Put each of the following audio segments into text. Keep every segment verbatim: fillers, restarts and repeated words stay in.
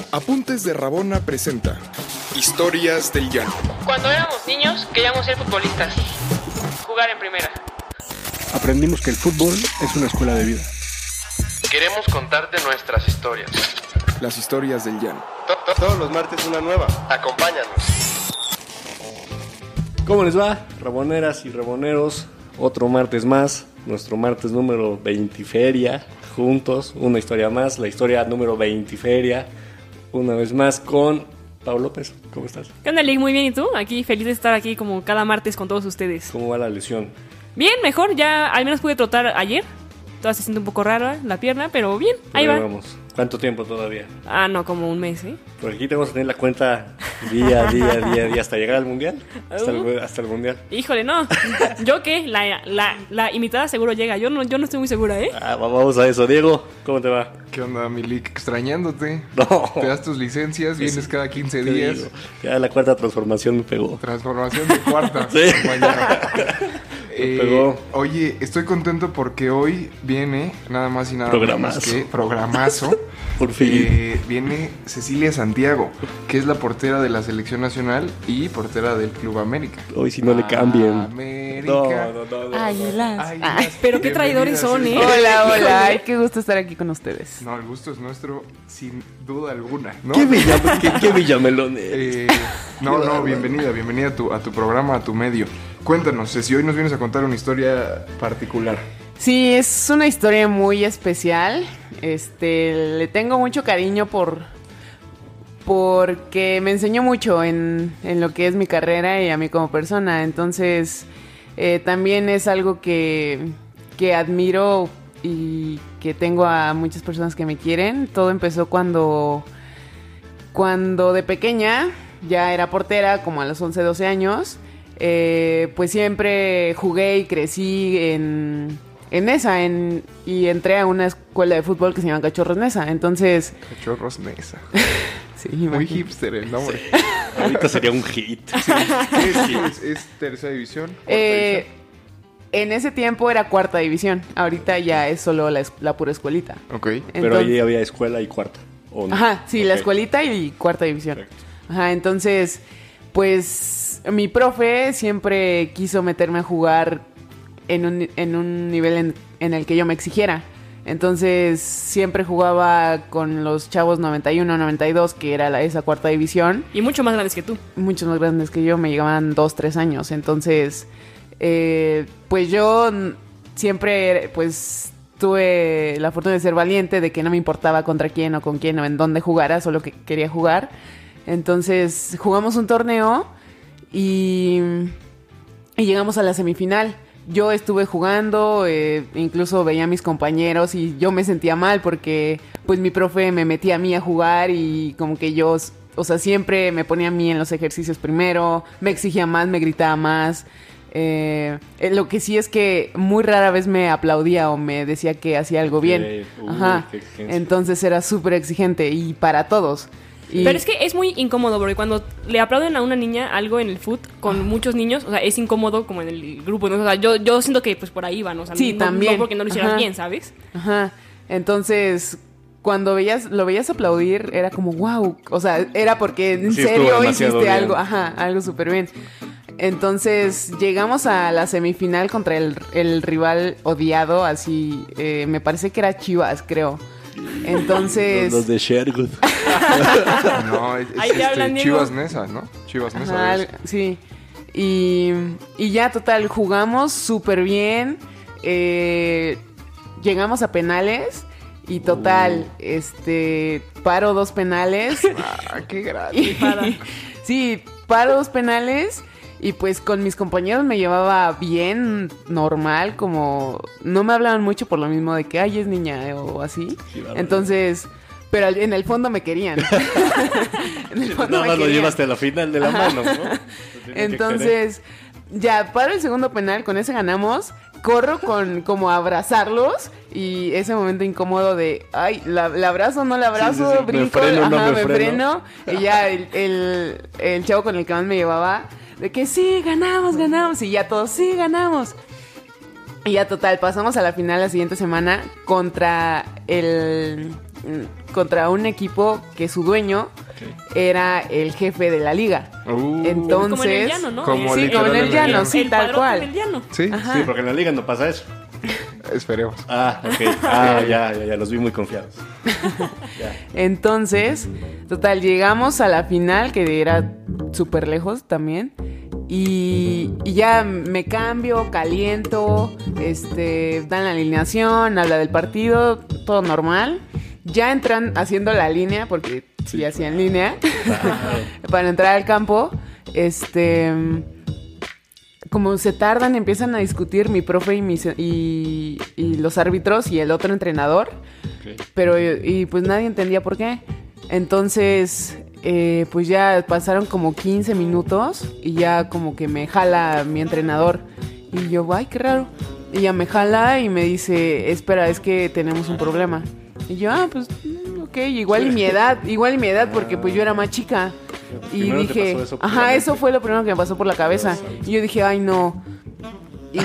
Apuntes de Rabona presenta Historias del Llano. Cuando éramos niños queríamos ser futbolistas, jugar en primera. Aprendimos que el fútbol es una escuela de vida. Queremos contarte nuestras historias. Las historias del Llano. Todos los martes una nueva. Acompáñanos. ¿Cómo les va, raboneras y raboneros? Otro martes más, nuestro martes número veinte feria, juntos, una historia más, la historia número veinte feria, una vez más con Pau López. ¿Cómo estás? ¿Qué onda, Lick? Muy bien, ¿y tú? Aquí, feliz de estar aquí como cada martes con todos ustedes. ¿Cómo va la lesión? Bien, mejor, ya al menos pude trotar ayer. Todavía se siente un poco rara la pierna, pero bien, ahí Pero va. Vamos. ¿Cuánto tiempo todavía? Ah, no, como un mes, ¿eh? Por aquí tenemos que tener la cuenta día a día, día a día, hasta llegar al mundial. Hasta, Uh. el, hasta el mundial. Híjole, no. ¿Yo qué? La, la, la imitada seguro llega. Yo no, yo no estoy muy segura, ¿eh? Ah, vamos a eso. Diego, ¿cómo te va? ¿Qué onda, Milik? Extrañándote. No. Te das tus licencias, Sí, vienes sí. cada quince ¿Qué días. digo? Ya la cuarta transformación me pegó. Transformación de cuarta. Sí. Mañana. Me pegó. Oye, estoy contento porque hoy viene nada más y nada Programazo. menos que programazo. Por fin. Eh, viene Cecilia Santiago, que es la portera de la Selección Nacional y portera del Club América. Hoy si no le cambien. América. No, no, no, no. Águilas. no. Águilas. Ay, pero qué traidores son, ¿eh? Hola, hola. Ay, qué gusto estar aquí con ustedes. No, el gusto es nuestro, sin duda alguna, ¿no? ¿Qué, villa, qué, qué villamelón eres? Eh, no, no, bienvenida, bienvenida a tu, a tu programa, a tu medio. Cuéntanos, si hoy nos vienes a contar una historia particular. Sí, es una historia muy especial. Este, le tengo mucho cariño por porque me enseñó mucho en, en lo que es mi carrera y a mí como persona. Entonces, eh, también es algo que, que admiro y que tengo a muchas personas que me quieren. Todo empezó cuando, cuando de pequeña ya era portera, como a los once, doce años. Eh, pues siempre jugué y crecí en, en esa en, y entré a una escuela de fútbol que se llama Cachorros Nesa. Entonces, Cachorros Nesa. sí, Muy imagínate. hipster el nombre. Ahorita sería un hit. Sí, sí, es, es tercera división. cuarta Eh, división. en ese tiempo era cuarta división. Ahorita ya es solo la, es- la pura escuelita. Ok. Pero Entonces- ahí había escuela y cuarta. ¿o no? Ajá, sí, la Ok. escuelita y cuarta división. Perfecto. Ajá, entonces, pues mi profe siempre quiso meterme a jugar en un, en un nivel en, en el que yo me exigiera. Entonces, siempre jugaba con los chavos noventa y uno, noventa y dos, que era la, esa cuarta división. Y mucho más grandes que tú. Muchos más grandes que yo, me llegaban dos, tres años. Entonces, eh, pues yo n- siempre, pues, tuve la fortuna de ser valiente, de que no me importaba contra quién o con quién o en dónde jugara, solo que quería jugar. Entonces, jugamos un torneo y, y llegamos a la semifinal. Yo estuve jugando, eh, incluso veía a mis compañeros y yo me sentía mal porque pues mi profe me metía a mí a jugar y como que yo, o sea, siempre me ponía a mí en los ejercicios primero, me exigía más, me gritaba más. Eh, eh, lo que sí es que muy rara vez me aplaudía o me decía que hacía algo bien. Ok, uy, Ajá. qué exigencia. Entonces era súper exigente y para todos. Y- Pero es que es muy incómodo, porque cuando le aplauden a una niña algo en el foot con muchos niños, o sea, es incómodo como en el grupo, ¿no? O sea, yo, yo siento que pues por ahí van, o sea, Sí, no, también. no porque no lo hicieras Ajá. bien, ¿sabes? Ajá. Entonces, cuando veías, lo veías aplaudir, era como, wow. O sea, era porque en Sí, estuvo serio demasiado hiciste bien. algo, ajá, algo súper bien. Entonces, llegamos a la semifinal contra el, el rival odiado, así, eh, me parece que era Chivas, creo. Entonces, Los de Sherwood. No, es, es Ahí te este, hablan, Diego. Chivas Nesa, ¿no? Chivas Nesa. ajá, es. sí. Y, y ya, total, jugamos súper bien. eh, llegamos a penales. Y total, Uh. este, paro dos penales. Ah, qué grande. Y- sí, paro dos penales y pues con mis compañeros me llevaba bien, normal, como no me hablaban mucho por lo mismo de que, ay, es niña o así. Qué bárbaro. Entonces, pero al- en el fondo me querían. En el fondo Nada me más lo querían. llevaste a la final de la Ajá. mano, ¿no? Lo tenía que querer. Entonces, ya, paro el segundo penal, con ese ganamos. Corro con como a abrazarlos y ese momento incómodo de, ay, la, la abrazo, no la abrazo, Sí, sí, sí. Me brinco, freno, no ajá, me me freno. freno. Y ya el, el, el chavo con el que más me llevaba, de que sí, ganamos, ganamos. Y ya todos, sí, ganamos. Y ya total, pasamos a la final la siguiente semana contra el, contra un equipo que su dueño okay. era el jefe de la liga. Uh, Entonces, como en el llano, ¿no? Como, sí, como en el llano, sí, el tal cual. El llano. Sí, Ajá. Sí, porque en la liga no pasa eso. Esperemos. Ah, ok. Ah, ya, ya, ya, los vi muy confiados. Ya. Entonces, total, llegamos a la final, que era súper lejos también. Y, y ya me cambio, caliento, este, dan la alineación, habla del partido, todo normal. Ya entran haciendo la línea, porque sí, sí hacían línea, para entrar al campo. Este, como se tardan, empiezan a discutir mi profe y, mis, y, y los árbitros y el otro entrenador. Okay. Pero, y pues nadie entendía por qué. Entonces... Eh, pues ya pasaron como quince minutos y ya como que me jala mi entrenador y yo, ay, qué raro, y ya me jala y me dice, espera, es que tenemos un problema. Y yo, ah, pues, ok, igual y mi edad, igual y mi edad, porque pues yo era más chica. Y primero dije, eso ajá, eso fue lo primero que me pasó por la cabeza. Y yo dije, ay, no. Y,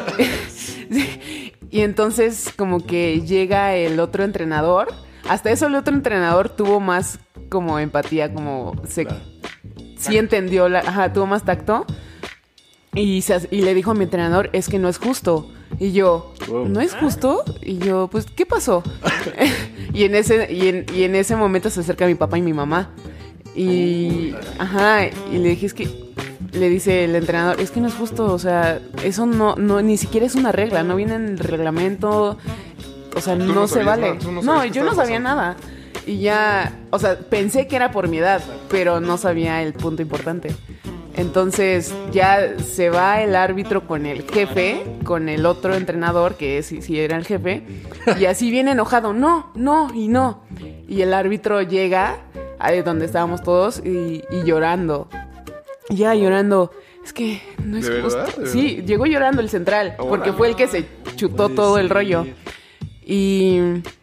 y entonces como que llega el otro entrenador. Hasta eso el otro entrenador tuvo más como empatía, como se claro. sí entendió, la, ajá, tuvo más tacto y, se, y le dijo a mi entrenador, es que no es justo. Y yo, wow. ¿no es justo? Y yo, pues, ¿qué pasó? y, en ese, y, en, y en ese momento se acerca mi papá y mi mamá. Y, ajá, y le dije, es que, le dice el entrenador, es que no es justo, o sea, eso no, no ni siquiera es una regla, no viene en el reglamento, o sea, no, no se vale. Nada, no, no yo no sabía pasando. nada. Y ya, o sea, pensé que era por mi edad, pero no sabía el punto importante. Entonces ya se va el árbitro con el jefe, con el otro entrenador, que sí, sí era el jefe, y así bien enojado, no, no y no. Y el árbitro llega a donde estábamos todos y, y llorando. Ya llorando, es que no es ¿De justo. verdad? ¿De Sí, verdad? llegó llorando el central, oh, porque fue el que se chutó todo el rollo. Y...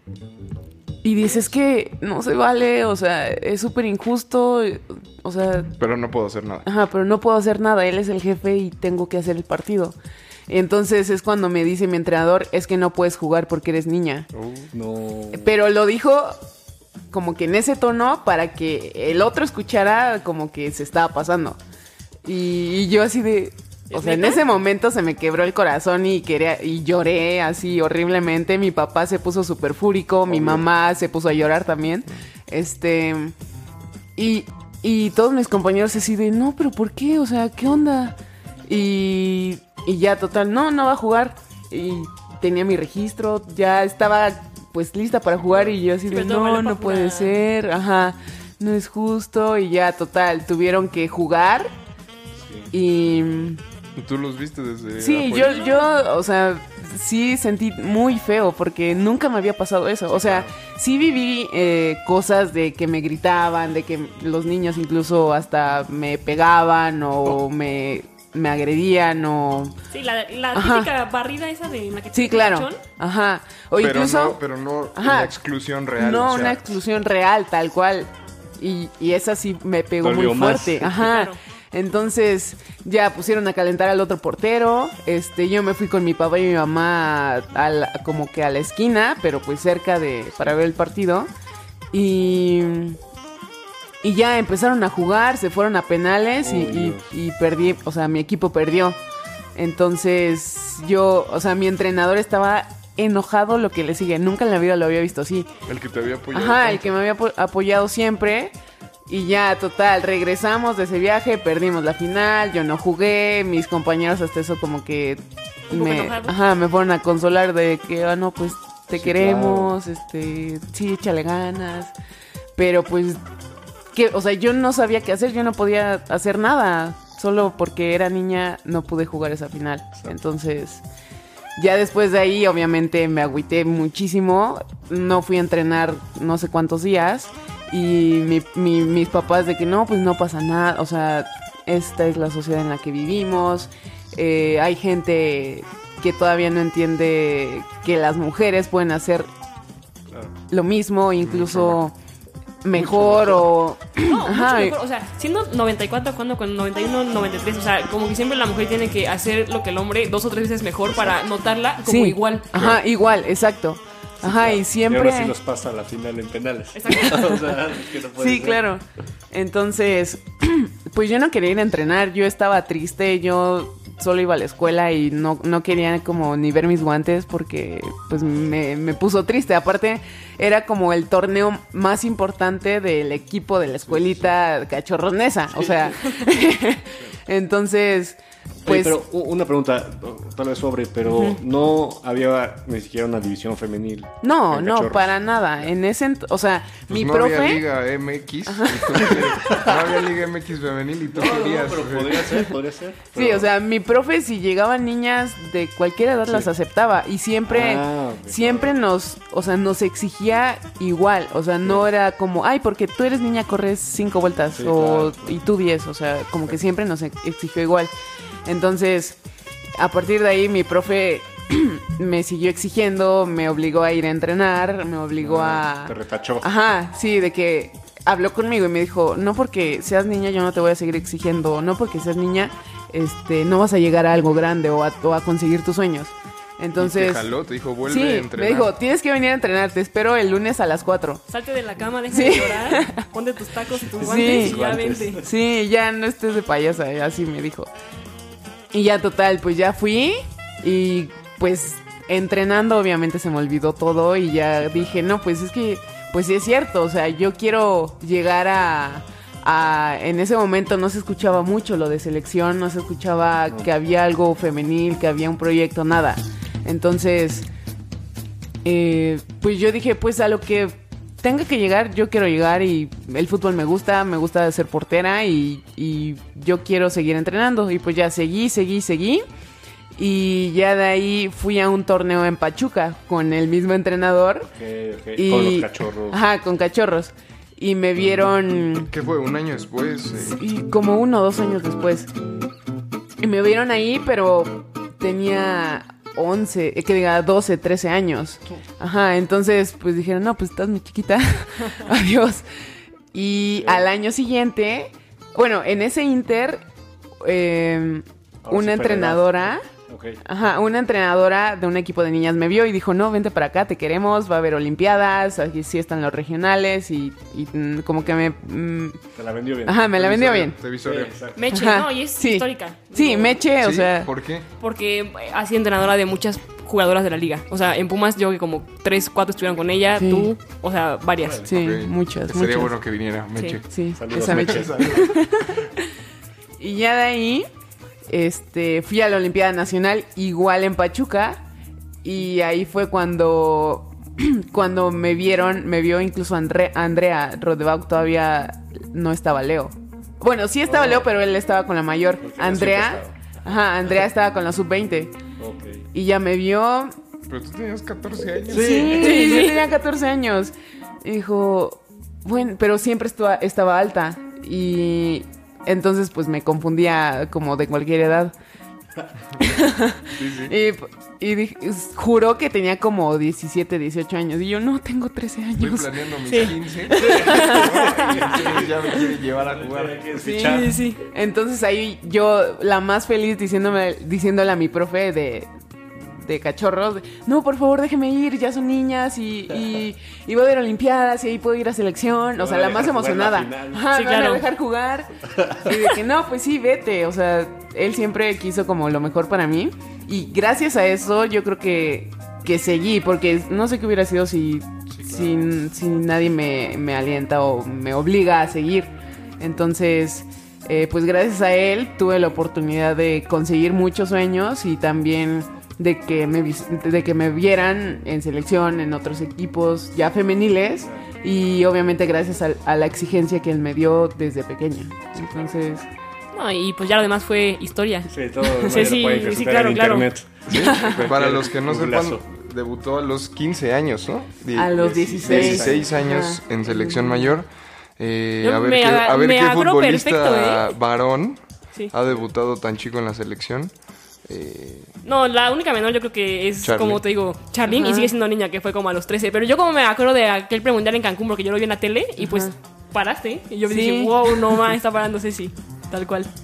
Y dices que no se vale, o sea, es súper injusto, o sea... Pero no puedo hacer nada. Ajá, pero no puedo hacer nada, él es el jefe y tengo que hacer el partido. Entonces es cuando me dice mi entrenador, es que no puedes jugar porque eres niña. Uh, no. Pero lo dijo como que en ese tono para que el otro escuchara como que se estaba pasando. Y, y yo así de... O sea, en ese momento se me quebró el corazón y quería y lloré así horriblemente. Mi papá se puso súper fúrico, mi mamá se puso a llorar también. Este y, y todos mis compañeros así de, no, pero ¿por qué? O sea, ¿qué onda? Y, y ya total, no, no va a jugar. Y tenía mi registro, ya estaba pues lista para jugar y yo así de, no, no puede ser, ajá, no es justo. Y ya total, tuvieron que jugar y... ¿Tú los viste desde Sí, yo, yo, o sea, sí sentí muy feo porque nunca me había pasado eso. O sea, sí viví eh, cosas de que me gritaban, de que los niños incluso hasta me pegaban o oh. me, me agredían o... Sí, la, la típica barrida esa de la que Sí, claro. Cachón. Ajá. O pero incluso... No, pero no ajá, una exclusión real. No, o sea, una exclusión real, tal cual. Y, y esa sí me pegó muy fuerte. Más. Ajá. Claro. Entonces ya pusieron a calentar al otro portero. Este, yo me fui con mi papá y mi mamá a la, como que a la esquina, pero pues cerca de para ver el partido. Y y ya empezaron a jugar, se fueron a penales oh, y, y, y perdí, o sea, mi equipo perdió. Entonces yo, o sea, mi entrenador estaba enojado, lo que le sigue. Nunca en la vida lo había visto así. El que te había apoyado. Ajá, el que me había apoyado siempre. Y ya, total, regresamos de ese viaje, perdimos la final, yo no jugué, mis compañeros hasta eso como que me, ajá, me fueron a consolar de que, ah, no, pues te sí, queremos, claro. este, sí, échale ganas, pero pues, que, o sea, yo no sabía qué hacer, yo no podía hacer nada, solo porque era niña no pude jugar esa final, sí. Entonces... Ya después de ahí, obviamente, me agüité muchísimo, no fui a entrenar no sé cuántos días. Y mi, mi, mis papás de que no, pues no pasa nada, o sea, esta es la sociedad en la que vivimos, eh, hay gente que todavía no entiende que las mujeres pueden hacer claro. lo mismo, incluso mejor, mejor o... No, Ajá. mucho mejor, o sea, siendo noventa y cuatro, cuando con noventa y uno, noventa y tres, o sea, como que siempre la mujer tiene que hacer lo que el hombre dos o tres veces mejor para notarla como sí. igual. Ajá, igual, exacto. Ajá, y Y siempre... ahora sí los pasa a la final en penales. Exacto. O sea, es que no puede Sí, ser. claro. Entonces, pues yo no quería ir a entrenar, yo estaba triste, yo solo iba a la escuela y no, no quería como ni ver mis guantes porque pues me, me puso triste. Aparte, era como el torneo más importante del equipo de la escuelita Cachorros Nesa. O sea, entonces... Pues, Pues, pero u- una pregunta, tal vez sobre, pero uh-huh. no había ni siquiera una división femenil. No, en no, Cachorros. para nada. En ese, ent- o sea, Pues mi no profe. había Liga M X. no había Liga M X femenil y tú No, no, querías. pero podría ser, podría ser. Sí, pero- o sea, mi profe, si llegaban niñas de cualquier edad, Sí. las aceptaba. Y siempre, Ah, ok. siempre nos, o sea, nos exigía igual. O sea, no era como, ay, porque tú eres niña, corres cinco vueltas. Sí, o, claro. y tú diez. O sea, como que siempre nos ex- exigió igual. Entonces, a partir de ahí, mi profe me siguió exigiendo, me obligó a ir a entrenar, me obligó Ah, a... Te retachó. Ajá, sí, de que habló conmigo y me dijo, no porque seas niña yo no te voy a seguir exigiendo, no porque seas niña este, no vas a llegar a algo grande o a, o a conseguir tus sueños. Entonces... Te jaló, te dijo, vuelve sí, a entrenar. me dijo, tienes que venir a entrenar, te espero el lunes a las cuatro. Salte de la cama, deja Sí. de llorar, ponte tus tacos y tus Sí. guantes y ya Guantes. vente. Sí, ya no estés de payasa, eh, así me dijo. Y ya total, pues ya fui y pues entrenando obviamente se me olvidó todo y ya dije, no, pues es que, pues sí es cierto, o sea, yo quiero llegar a... a- en ese momento no se escuchaba mucho lo de selección, no se escuchaba que había algo femenil, que había un proyecto, nada. Entonces, eh, pues yo dije, pues a lo que tenga que llegar, yo quiero llegar y el fútbol me gusta, me gusta ser portera y, y yo quiero seguir entrenando. Y pues ya seguí, seguí, seguí. Y ya de ahí fui a un torneo en Pachuca con el mismo entrenador. Ok, ok, Y, con los cachorros. Ajá, con cachorros. Y me vieron... ¿Qué fue? ¿Un año después? Eh, Y como uno o dos años después. Y me vieron ahí, pero tenía once, eh, que diga doce, trece años. Ajá, entonces pues dijeron, no, pues estás muy chiquita. Adiós. Y al año siguiente, bueno, en ese inter, eh, Ahora sí una fue entrenadora... Ok. Ajá, una entrenadora de un equipo de niñas me vio y dijo, no, vente para acá, te queremos, va a haber olimpiadas, aquí sí están los regionales y, y, mm, como que me... mm, Te la vendió bien. ajá, me la vendió bien. Te visorio. Sí, exacto. Meche, Ajá, ¿no? Y es sí. histórica. Sí, Digo, Meche, o ¿Sí? sea... ¿Por qué? Porque eh, ha sido entrenadora de muchas jugadoras de la liga. O sea, en Pumas yo que como tres, cuatro estuvieron con ella, Sí. tú, o sea, varias. Sí, Ok. muchas, Sería muchas. bueno que viniera Meche. Sí, Saludos, esa Meche. Meche. Y ya de ahí, este, fui a la Olimpiada Nacional, igual en Pachuca, y ahí fue cuando, cuando me vieron, me vio incluso Andre- Andrea Rodebach, todavía no estaba Leo. Bueno, sí estaba Oh. Leo, pero él estaba con la mayor. Porque no Andrea, siempre ajá, Andrea estaba con la sub veinte. Ok. Y ya me vio, Pero tú tenías catorce años. sí, yo tenía catorce años. Y dijo, bueno, pero siempre estu- estaba alta. Y entonces pues me confundía como de cualquier edad. Y, y dije- juró que tenía como diecisiete, dieciocho años. Y yo, no, tengo trece Estoy años. planeando mis Sí. quince. Y ya me quiere llevar a jugar. Sí, Sí, sí. Entonces ahí yo, la más feliz, diciéndome, diciéndole a mi profe de, de cachorros, de, no, por favor, déjeme ir, ya son niñas y, y, y voy a ir a Olimpiadas y ahí puedo ir a selección. Me O sea, van a la más dejar jugar la emocionada. final. Ajá, Sí, me van claro. a dejar jugar. Y de que no, pues sí, vete. O sea, él siempre quiso como lo mejor para mí. Y gracias a eso yo creo que, que seguí, porque no sé qué hubiera sido si, si, si nadie me, me alienta o me obliga a seguir. Entonces, eh, pues gracias a él tuve la oportunidad de conseguir muchos sueños y también de que me, vis- de que me vieran en selección, en otros equipos ya femeniles y obviamente gracias a, a la exigencia que él me dio desde pequeña. Entonces, No, y pues ya lo demás fue historia. Sí, todo Sí, lo sí, pueden sí, consultar claro, en claro. internet. Para los que no sepan, Googleazo. debutó a los quince años, ¿no? Die- a los dieciséis. dieciséis años Ajá. en selección mayor. Eh, Yo a ver me qué, aga- a ver me qué agarró futbolista perfecto, ¿eh? varón Sí. ha debutado tan chico en la selección. Eh, No, la única menor yo creo que es, Charlie. como te digo, Charlene, y Ajá. sigue siendo niña, que fue como a los trece. Pero yo como me acuerdo de aquel premundial en Cancún, porque yo lo vi en la tele, y pues paraste. Y yo Sí. dije, wow, no más, está parándose, sí, tal cual.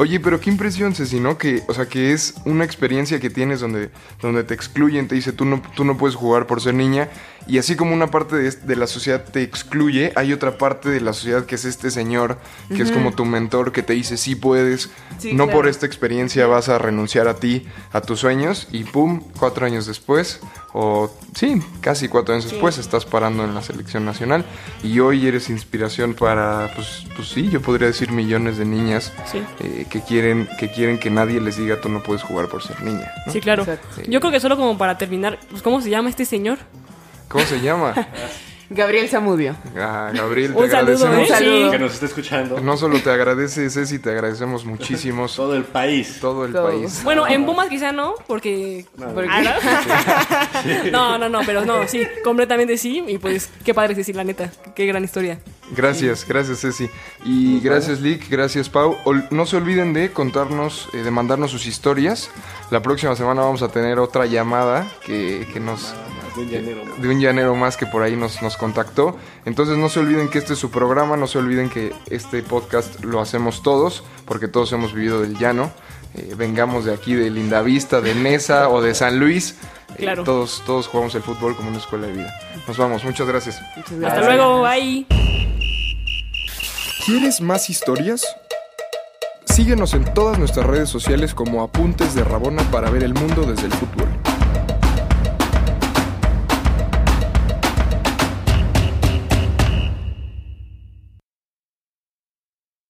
Oye, pero qué impresión, Ceci, ¿no? Que, o sea, que es una experiencia que tienes donde, donde te excluyen, te dice tú no, tú no puedes jugar por ser niña. Y así como una parte de, de la sociedad te excluye, hay otra parte de la sociedad que es este señor, que uh-huh. es como tu mentor, que te dice sí puedes, sí, no claro. por esta experiencia vas a renunciar a ti, a tus sueños, y pum, cuatro años después, o sí, casi cuatro años sí. después, estás parando en la selección nacional, y hoy eres inspiración para, pues, pues sí, yo podría decir millones de niñas sí. eh, que quieren que quieren que nadie les diga tú no puedes jugar por ser niña, ¿no? Sí, claro. Exacto. Yo creo que solo como para terminar, pues, ¿cómo se llama este señor? ¿Cómo se llama? Gabriel Zamudio. Ah, Gabriel, te un saludo, agradecemos. ¿eh? Sí. Que nos está escuchando. No solo te agradece Ceci, te agradecemos muchísimo. Todo el país. Todo el Todo. país. Bueno, en Pumas quizá no, porque... No, Porque- Ah, ¿no? no, no, no, pero no, sí, completamente sí. Y pues, qué padre Ceci, la neta. Qué gran historia. Gracias, gracias Ceci. Y gracias Lick, gracias Pau. Ol- No se olviden de contarnos, eh, de mandarnos sus historias. La próxima semana vamos a tener otra llamada que, que nos... De un llanero. de un llanero más que por ahí nos, nos contactó. Entonces no se olviden que este es su programa, no se olviden que este podcast lo hacemos todos, porque todos hemos vivido del llano. Eh, vengamos de aquí, de Lindavista, de Nesa o de San Luis. Eh, Claro. todos, todos jugamos el fútbol como una escuela de vida. Nos vamos, muchas gracias. Muchas gracias. Hasta luego, bye. ¿Quieres más historias? Síguenos en todas nuestras redes sociales como Apuntes de Rabona para ver el mundo desde el fútbol.